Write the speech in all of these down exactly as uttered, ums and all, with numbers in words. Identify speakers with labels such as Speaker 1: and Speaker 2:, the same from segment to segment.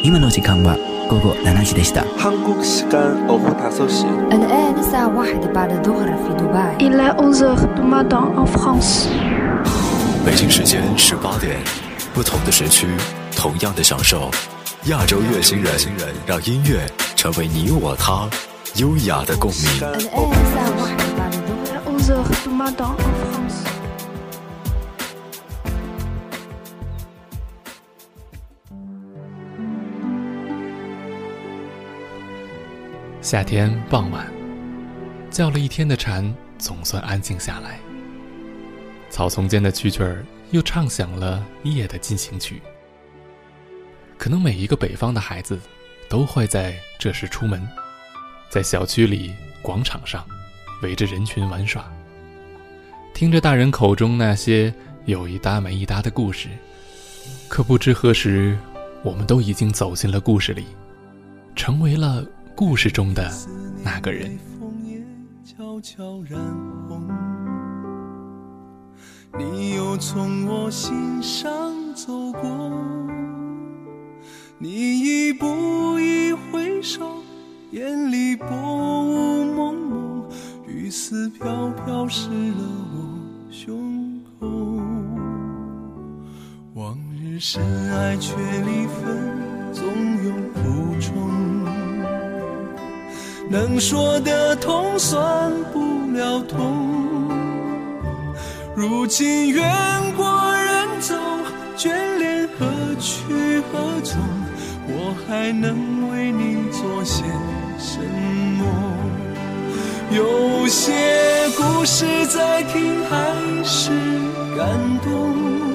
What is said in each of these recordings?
Speaker 1: 今の時間は午後しちじでした。
Speaker 2: 한국 시간 오후 다섯 시.
Speaker 3: الآن الساعة واحدة بعد الظهر في دبي.
Speaker 4: Il est onze heures du matin en France.
Speaker 5: 北京时间十八点，不同的时区，同样的享受。亚洲乐星人，让音乐成为你我他优雅的共鸣。
Speaker 3: الآن الساعة واحدة بعد الظهر.
Speaker 4: onze heures du matin en France.
Speaker 6: 夏天傍晚，叫了一天的蝉总算安静下来。草丛间的蛐蛐儿又唱响了夜的进行曲。可能每一个北方的孩子都会在这时出门，在小区里、广场上围着人群玩耍，听着大人口中那些有一搭没一搭的故事。可不知何时，我们都已经走进了故事里，成为了故事中的那个人。
Speaker 7: 悄悄染红，你又从我心上走过，你一步一回首，眼里波雾蒙蒙，雨丝飘飘湿了我胸口。往日深爱却离分，总有苦衷，能说的痛算不了痛。如今缘过人走，眷恋何去何从？我还能为你做些什么？有些故事在听还是感动，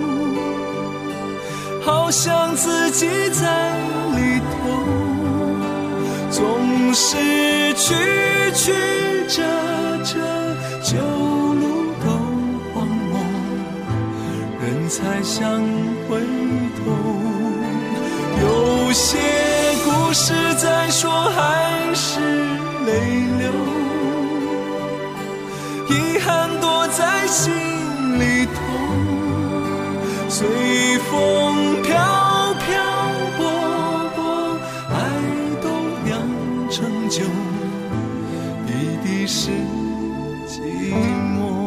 Speaker 7: 好像自己在里头，总是曲曲折折，旧路都荒漠，人才想回头。有些故事在说还是泪流，遗憾躲在心里头，随风飘飘泊泊，爱都酿成酒，一滴是寂寞。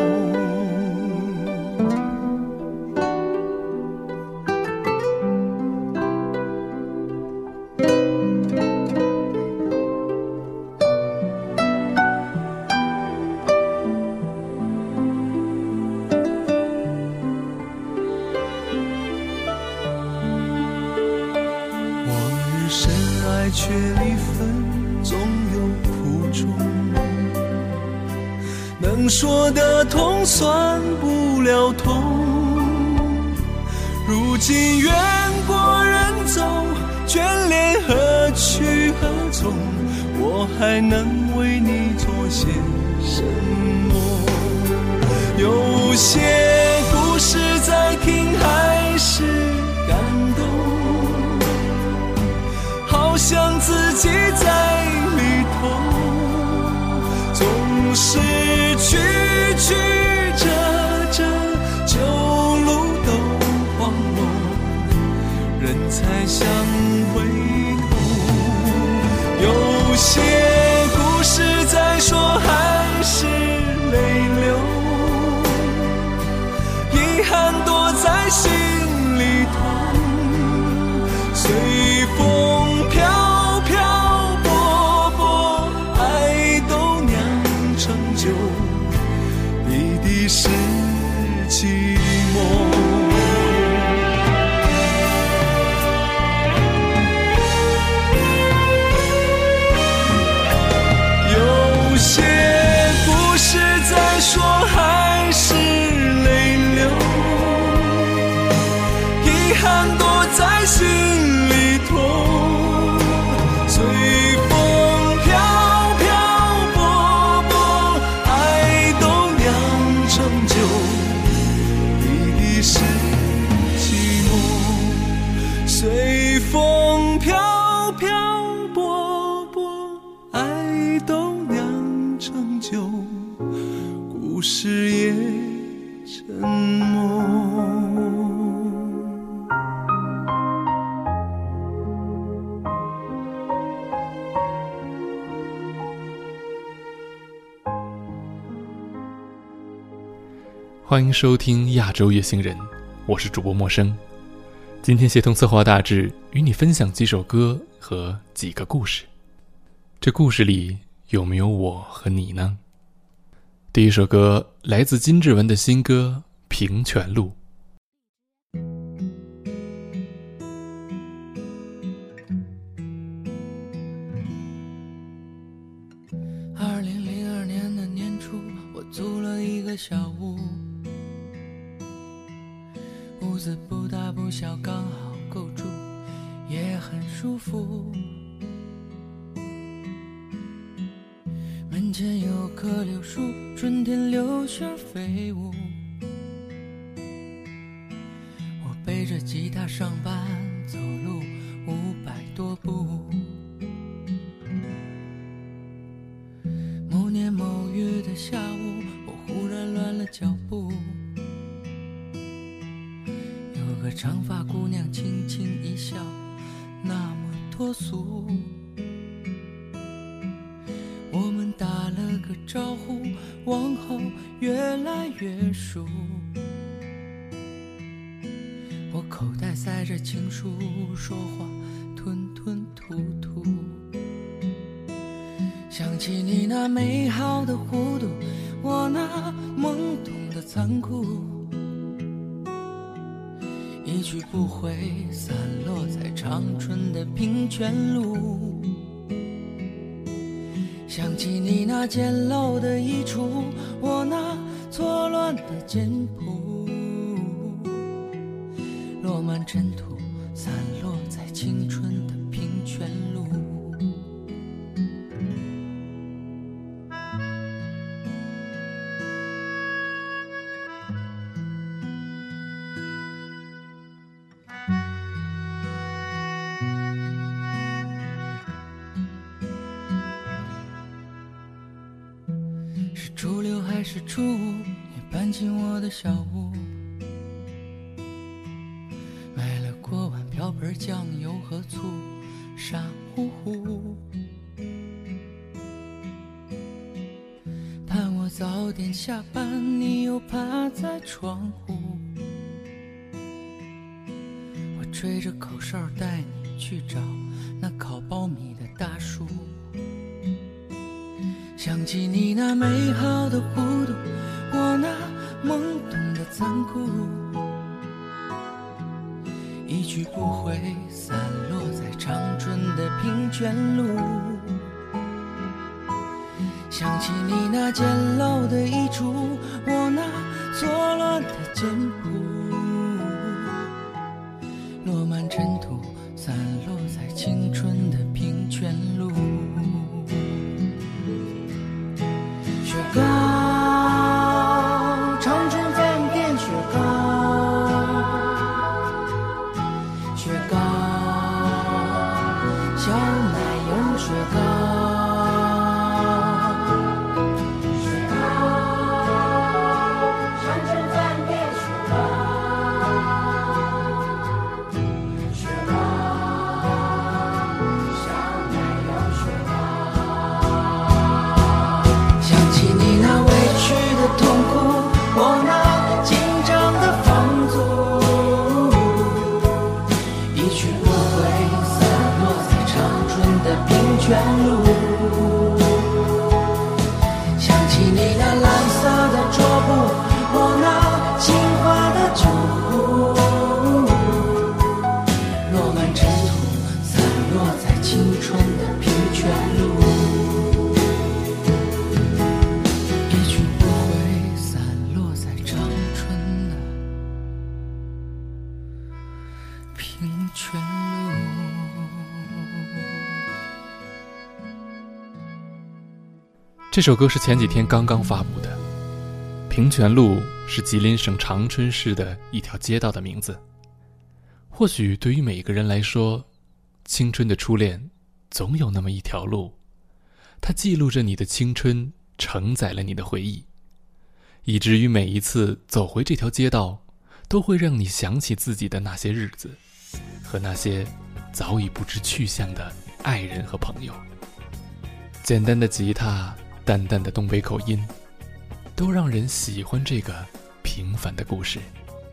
Speaker 7: 深爱却离分，总有苦衷，能说的痛算不了痛。如今缘过人走，眷恋何去何从？我还能为你做些什么？有些故事在听还是感动，好像自己在里头，总是曲曲折折，旧路都荒漠，人才想回头。有些故事在说还是泪流，遗憾躲在心里头，随风飘飘泊泊，爱都酿成酒，一滴是寂寞。有些故事在说还是泪流，遗憾躲在心里头，随风飘飘泊泊，爱都酿成酒，一滴是寂寞。随风飘飘泊泊，爱都酿成酒，故事也沉默。
Speaker 6: 欢迎收听亚洲乐星人，我是主播陌生。今天协同策划大致与你分享几首歌和几个故事，这故事里有没有我和你呢？第一首歌来自金志文的新歌《平泉路》。
Speaker 8: 二零零二年的年初，我租了一个小屋，屋子不大不小，刚好够住，也很舒服。门前有棵柳树，春天柳絮飞舞。我背着吉他上班，走路五百多步。某年某月的下午，我忽然乱了脚步。有个长发姑娘轻轻一笑，那么脱俗。我们打了个招呼，往后越来越熟。我口袋塞着情书，说话吞吞吐吐。想起你那美好的弧度，我那懵懂的残酷，一去不回，散落在长春的平泉路。想起你那简陋的衣橱，我那错乱的简谱，落满尘土，散落在青春的平泉路。是初六还是初五，你搬进我的小屋，买了锅碗瓢盆酱油和醋，傻乎乎盼我早点下班，你又趴在窗户。我吹着口哨带你去找那烤苞米的大叔。想起你那美好的弧度，我那懵懂的残酷，一去不回，散落在长春的平泉路。想起你那简陋的衣橱，我那错乱的简谱，落满尘土，散落在青春的平泉路。雪糕，长春饭店雪糕，雪糕，小奶油雪糕，雪糕，长春饭店雪糕，雪糕，小奶油雪糕。痛苦，我那紧张的房租，一去不回，散落在长春的平泉路。想起你那蓝色的桌布，我那青花的酒壶，落满尘土，散落在青春的平泉路。
Speaker 6: 这首歌是前几天刚刚发布的。平泉路是吉林省长春市的一条街道的名字。或许对于每个人来说，青春的初恋总有那么一条路，它记录着你的青春，承载了你的回忆，以至于每一次走回这条街道，都会让你想起自己的那些日子，和那些早已不知去向的爱人和朋友。简单的吉他，淡淡的东北口音，都让人喜欢这个平凡的故事。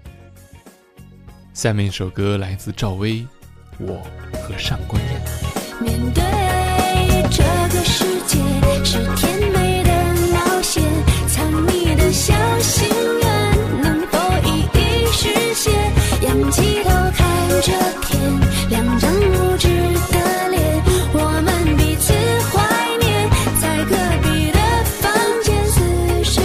Speaker 6: 下面一首歌来自赵薇，我和上官燕。
Speaker 9: 面对这个世界是甜美的冒险，藏匿的小心愿能否一一实现？仰起头看着天，两张无知的脸，我们彼此怀念，在隔壁的房间似水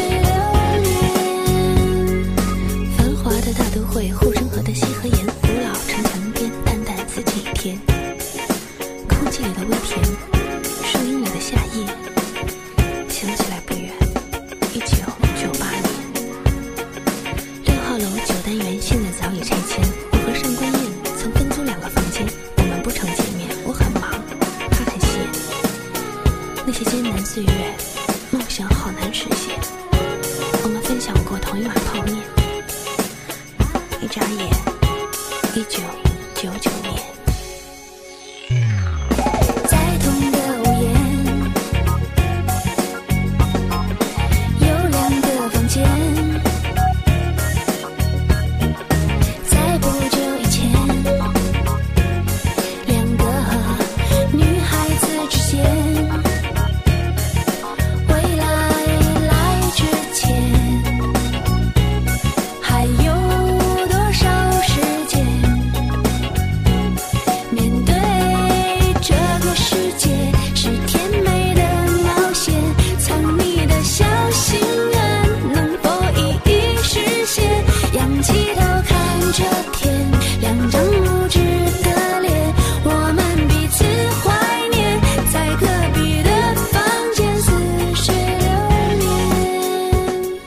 Speaker 9: 流年。繁华的大都会，护城河的西和盐，古老城墙边淡淡四季天，空气里的微甜，树荫里的夏夜，想起来不远，一九九八年。六号楼九单元现在早已拆迁，我和上官燕曾分租两个房间，我们不常见面，我很忙，他很闲。那些艰难岁月，梦想好难实现，我们分享过同一碗泡面。一眨眼，一九九九年。在同个屋檐，有两个房间，在不久以前，两个女孩子之间，未来来之前，还有多少时间？面对这个世界是甜美的冒险，藏匿的小心愿能否一一实现？仰起头看着天，两张无知的脸，我们彼此怀念，在隔壁的房间似水流年。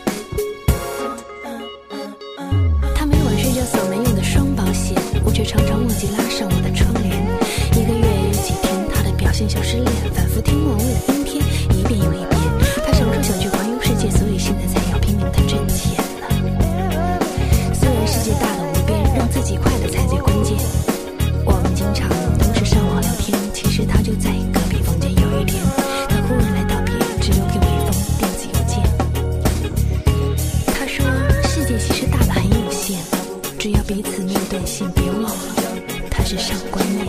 Speaker 9: 他每晚睡觉锁门用的双保险，我却常常忘记拉上我的窗帘。一个月有几天，他的表现像失恋，反复听王位的音篇，一遍又一遍。他常说想去环游世界，所以现在才要拼命的挣钱呢。虽然世界大得无边，让自己快乐才最关键。我们经常都是上网聊天，其实他就在隔壁房间。有一天，他忽然来道别，只留给我一封电子邮件。他说世界其实大得很有限，只要彼此没有断线，别忘了他是上官燕。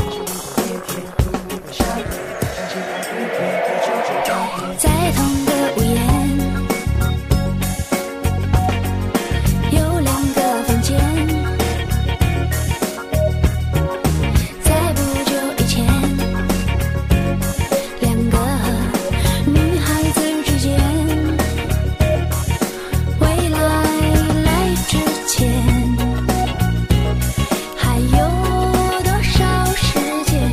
Speaker 9: 在同个屋檐，有两个房间，在不久以前，两个女孩子之间，未来来之前，还有多少时间？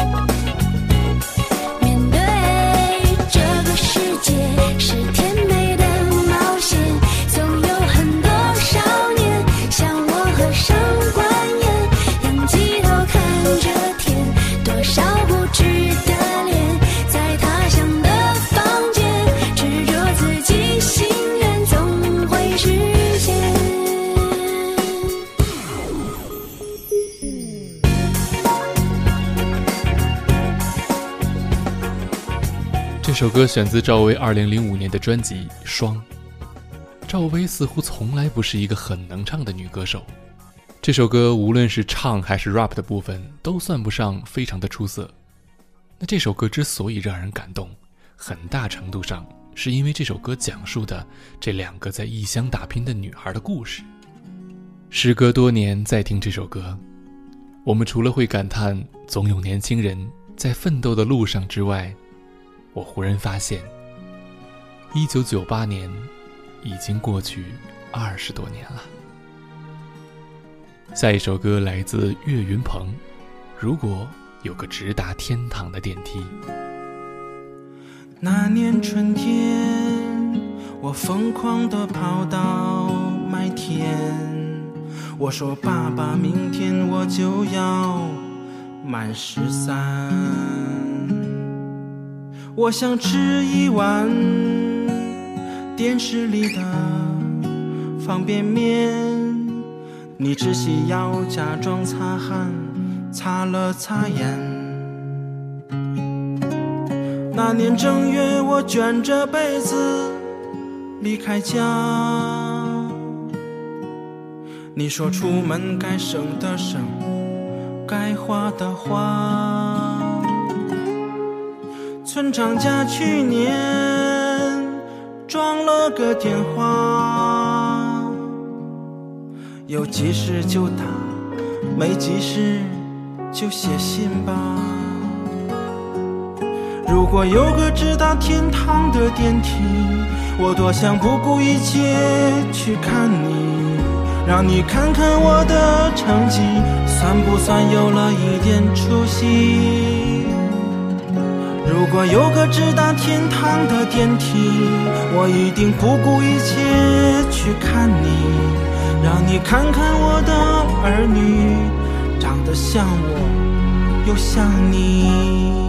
Speaker 9: 面对这个世界是甜美的冒险，总有很多少年像我和上官燕，仰起头看着天，多少不知的脸，在他乡的房间，执着自己心愿总会实现。
Speaker 6: 这首歌选自赵薇二零零五年的专辑《双》。赵薇似乎从来不是一个很能唱的女歌手，这首歌无论是唱还是 rap 的部分都算不上非常的出色。那这首歌之所以让人感动，很大程度上是因为这首歌讲述的这两个在异乡打拼的女孩的故事。时隔多年再听这首歌，我们除了会感叹总有年轻人在奋斗的路上之外，我忽然发现一九九八年已经过去二十多年了。下一首歌来自岳云鹏，如果有个直达天堂的电梯。
Speaker 10: 那年春天，我疯狂地跑到麦田，我说爸爸，明天我就要满十三，我想吃一碗电视里的方便面，你只需要假装擦汗，擦了擦眼。那年正月，我卷着被子离开家， 你说出门该生的生，该花的花。村长家去年装了个电话，有急事就打，没急事就写信吧。如果有个直达天堂的电梯，我多想不顾一切去看你，让你看看我的成绩算不算有了一点出息。如果有个直达天堂的电梯，我一定不顾一切去看你，让你看看我的儿女长得像我又像你。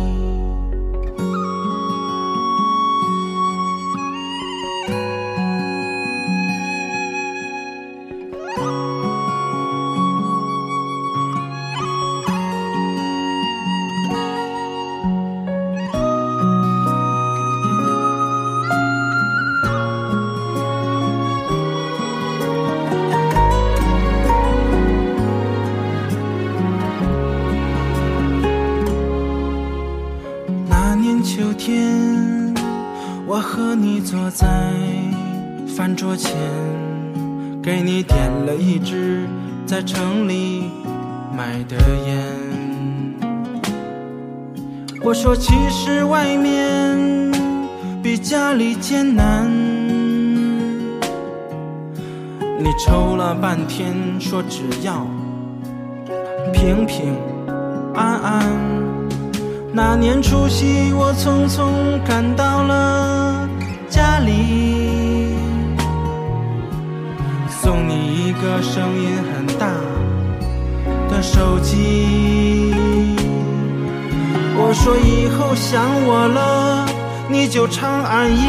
Speaker 10: 秋天，我和你坐在饭桌前，给你点了一支在城里买的烟。我说其实外面比家里艰难，你抽了半天说只要平平安安。那年除夕我匆匆赶到了家里，送你一个声音很大的手机。我说以后想我了你就常安逸，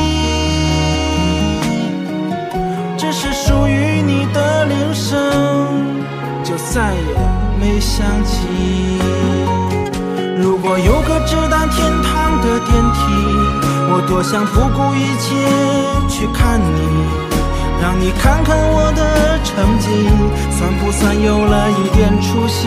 Speaker 10: 只是属于你的铃声就再也没响起。如果有个直达天堂的电梯，我多想不顾一切去看你，让你看看我的成绩算不算有了一点出息。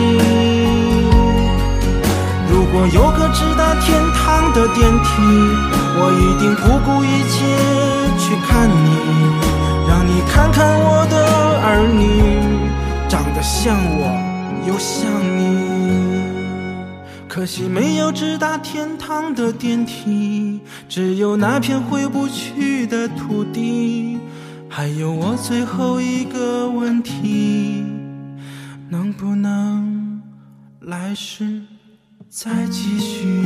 Speaker 10: 如果有个直达天堂的电梯，我一定不顾一切去看你，让你看看我的儿女长得像我又像你。可惜没有直达天堂的电梯，只有那片回不去的土地。还有我最后一个问题，能不能来世再继续？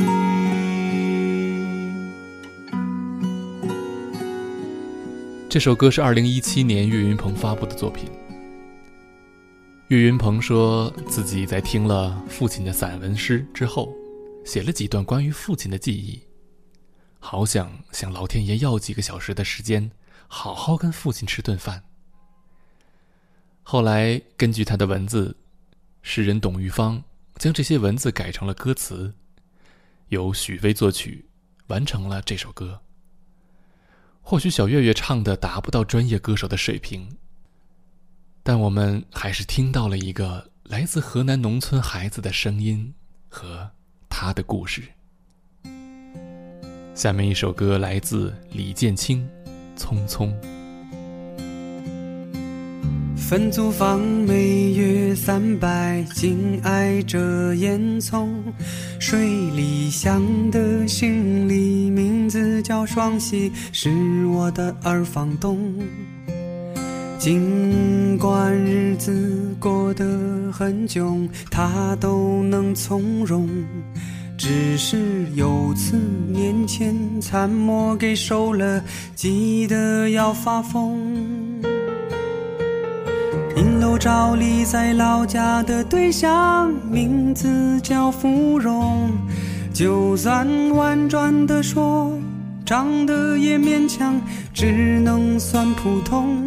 Speaker 6: 这首歌是二零一七年岳云鹏发布的作品。岳云鹏说自己在听了父亲的散文诗之后，写了几段关于父亲的记忆，好想向老天爷要几个小时的时间，好好跟父亲吃顿饭。后来根据他的文字，诗人董玉芳将这些文字改成了歌词，由许巍作曲，完成了这首歌。或许小岳岳唱的达不到专业歌手的水平，但我们还是听到了一个来自河南农村孩子的声音和他的故事。下面一首歌来自李建清，匆匆。
Speaker 11: 分租房每月三百，紧挨着烟囱，水里乡的行李，名字叫双喜，是我的二房东。尽管日子过得很窘，他都能从容，只是有次年前参谋给收了，急得要发疯。银楼照例在老家的对象，名字叫芙蓉，就算婉转地说，长得也勉强，只能算普通。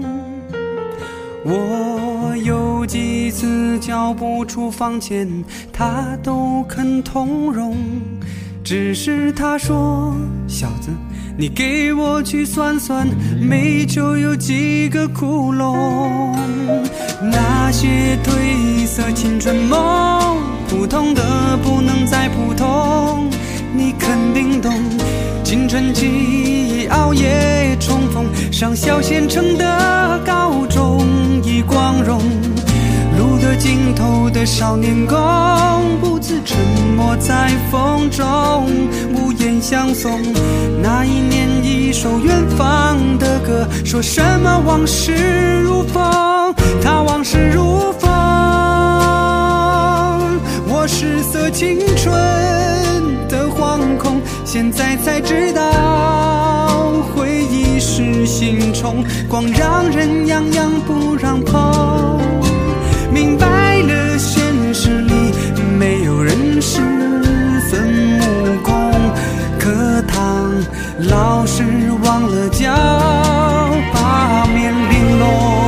Speaker 11: 我有几次交不出房钱，他都肯通融，只是他说，小子你给我去算算，美酒有几个窟窿？那些褪色青春梦，普通的不能再普通，你肯定懂。青春记忆熬夜重逢，上小县城的高中已光荣，路的尽头的少年宫，不自沉默在风中，无言相送。那一年一首远方的歌，说什么往事如风，它往事如风。我失色青春的惶恐，现在才知道回忆是心虫，光让人痒痒不让碰。明白了现实里没有人是孙悟空，课堂老师忘了教八面玲珑。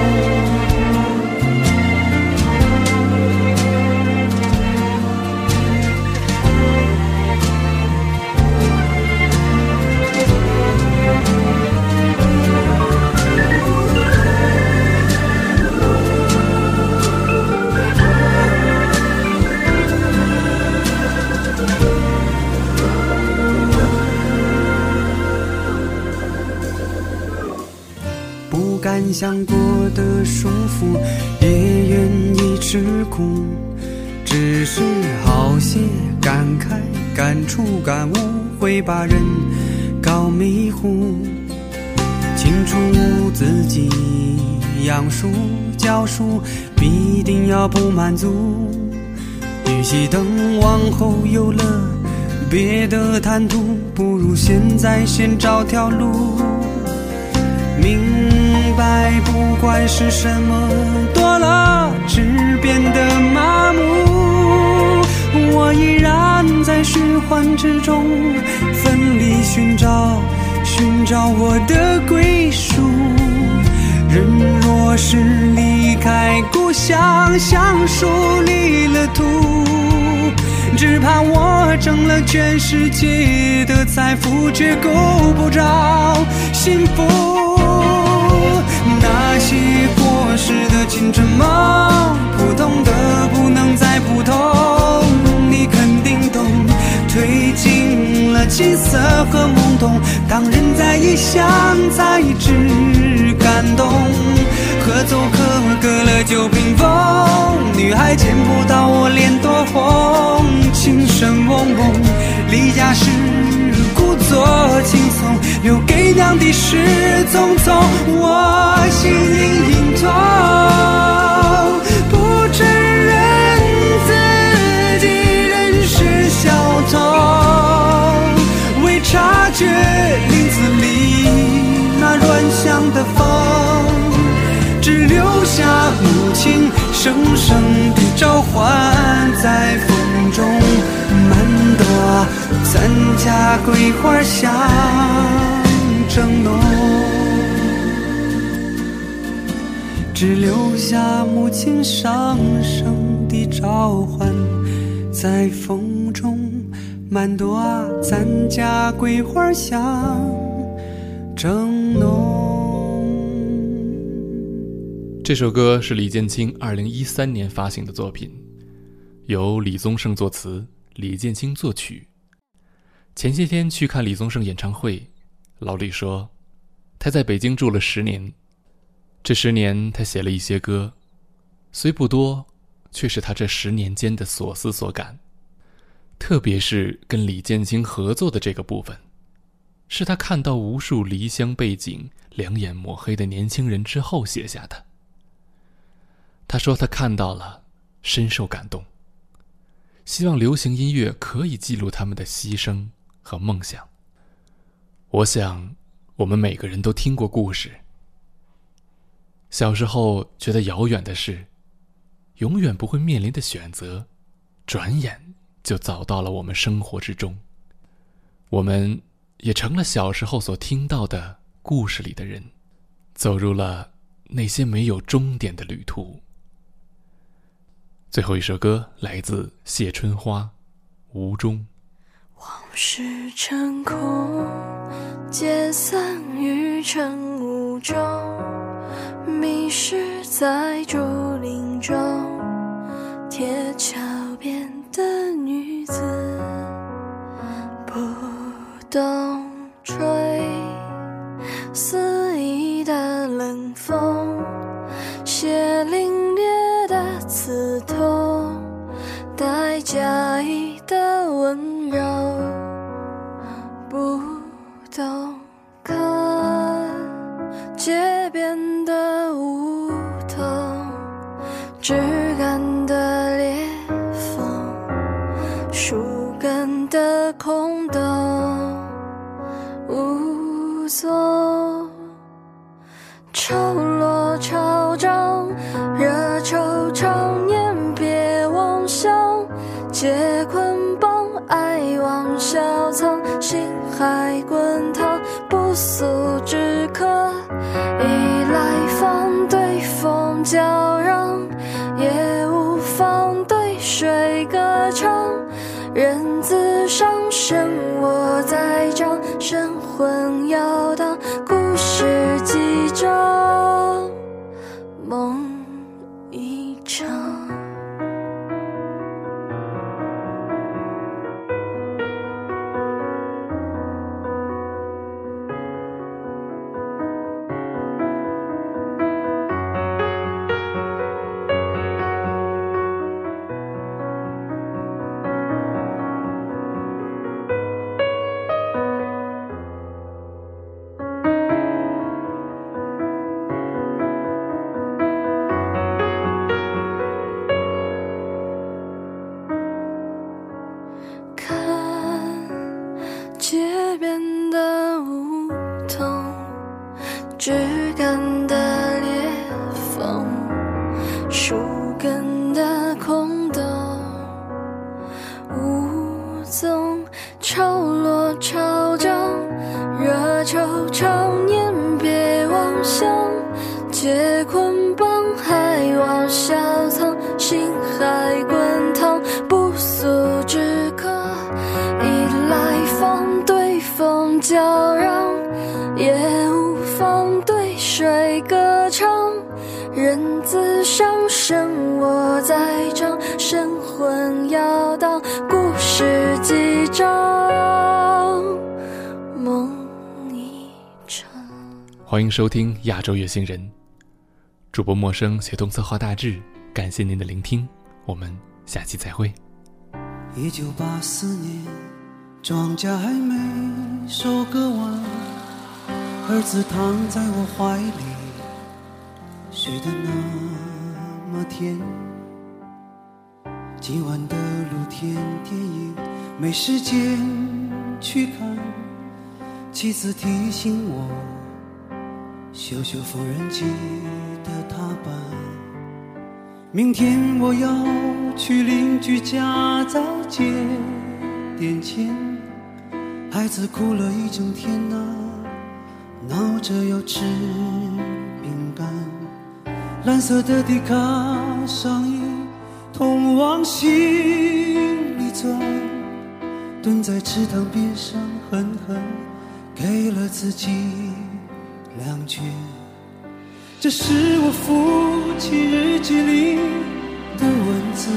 Speaker 11: 不敢想过的束缚，也愿意吃苦，只是好些感慨感触感悟，会把人搞迷糊。清楚自己养书教书必定要不满足，与其等往后有了别的谈吐，不如现在先找条路。明白不管是什么多了只变得麻木，我依然在循环之中奋力寻找寻找我的归属。人若是离开故乡，像树离了土，只怕我挣了全世界的财富，却够不着幸福。那些过时的青春梦，普通的不能再普通，你肯定懂。褪尽了青涩和懵懂，当人在异乡才知感动。合奏课隔了酒瓶风，女孩见不到我脸多红。情深蒙蒙，离家时故作轻松，留给娘的是匆匆。我心隐隐痛，不承认自己人是小偷，未察觉林子里那软香的风，只留下母亲声声的召唤，在风中漫朵咱家桂花香正浓，只留下母亲声声的召唤，在风中漫朵咱家桂花香正浓。
Speaker 6: 这首歌是李建清二零一三年发行的作品，由李宗盛作词，李建清作曲。前些天去看李宗盛演唱会，老李说他在北京住了十年，这十年他写了一些歌，虽不多，却是他这十年间的所思所感。特别是跟李建清合作的这个部分，是他看到无数离乡背井两眼抹黑的年轻人之后写下的。他说他看到了，深受感动，希望流行音乐可以记录他们的牺牲和梦想。我想我们每个人都听过故事，小时候觉得遥远的事，永远不会面临的选择，转眼就走到了我们生活之中。我们也成了小时候所听到的故事里的人，走入了那些没有终点的旅途。最后一首歌来自谢春花，无中。
Speaker 12: 往事成空，
Speaker 4: 解散于晨雾中，迷失在竹林中，铁桥边的女子不懂吹肆意的冷风，血淋冽的刺痛，带假意的温柔，不懂看街边的梧桐，枝干的裂缝，树根的空洞，无踪。潮落潮涨，热稠长年别妄想，皆捆绑爱往小藏，心海滚烫，不速之客，依赖反对风叫嚷，也无妨对水歌唱，人自伤身我在掌，神魂摇荡，故事几章，梦一场。街边的梧桐，枝干的裂缝，树根的空洞，无踪。潮落潮涨，热稠长年别妄想，皆捆绑还望小藏，心海滚烫，不速之客，依赖反对风叫嚷，也无妨对水歌唱，人自伤身我在掌，神魂摇荡，故事几章，梦一场。
Speaker 6: 欢迎收听亚洲乐星人，主播陌生，协同策划大致，感谢您的聆听，我们下期再会。
Speaker 11: 一九八四年，庄稼还没收割完，儿子躺在我怀里，睡得那么甜。今晚的露天电影没时间去看，妻子提醒我修修缝纫机的踏板。明天我要去邻居家早接点钱，孩子哭了一整天啊，闹着要吃饼干。蓝色的迪卡上衣通往心里钻，蹲在池塘边上狠狠给了自己两拳。这是我父亲日记里的文字，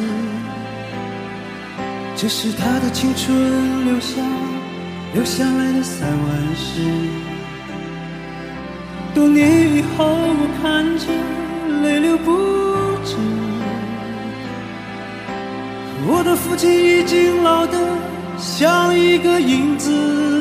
Speaker 11: 这是他的青春留下留下来的三万诗。多年以后我看着泪流不止，我的父亲已经老得像一个影子。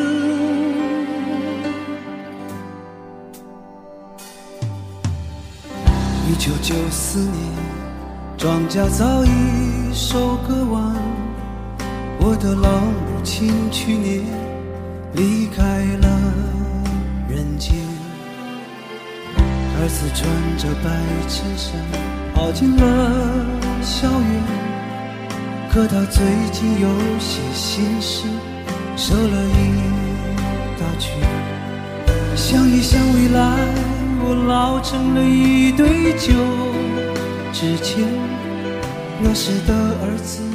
Speaker 11: 一九九四年，庄稼早已收割完，我的老母亲去年离开了人间。儿子穿着白衬衫跑进了校园，可他最近有些心事，瘦了一大圈。想一想未来，我老成了一堆旧纸钱，那时的儿子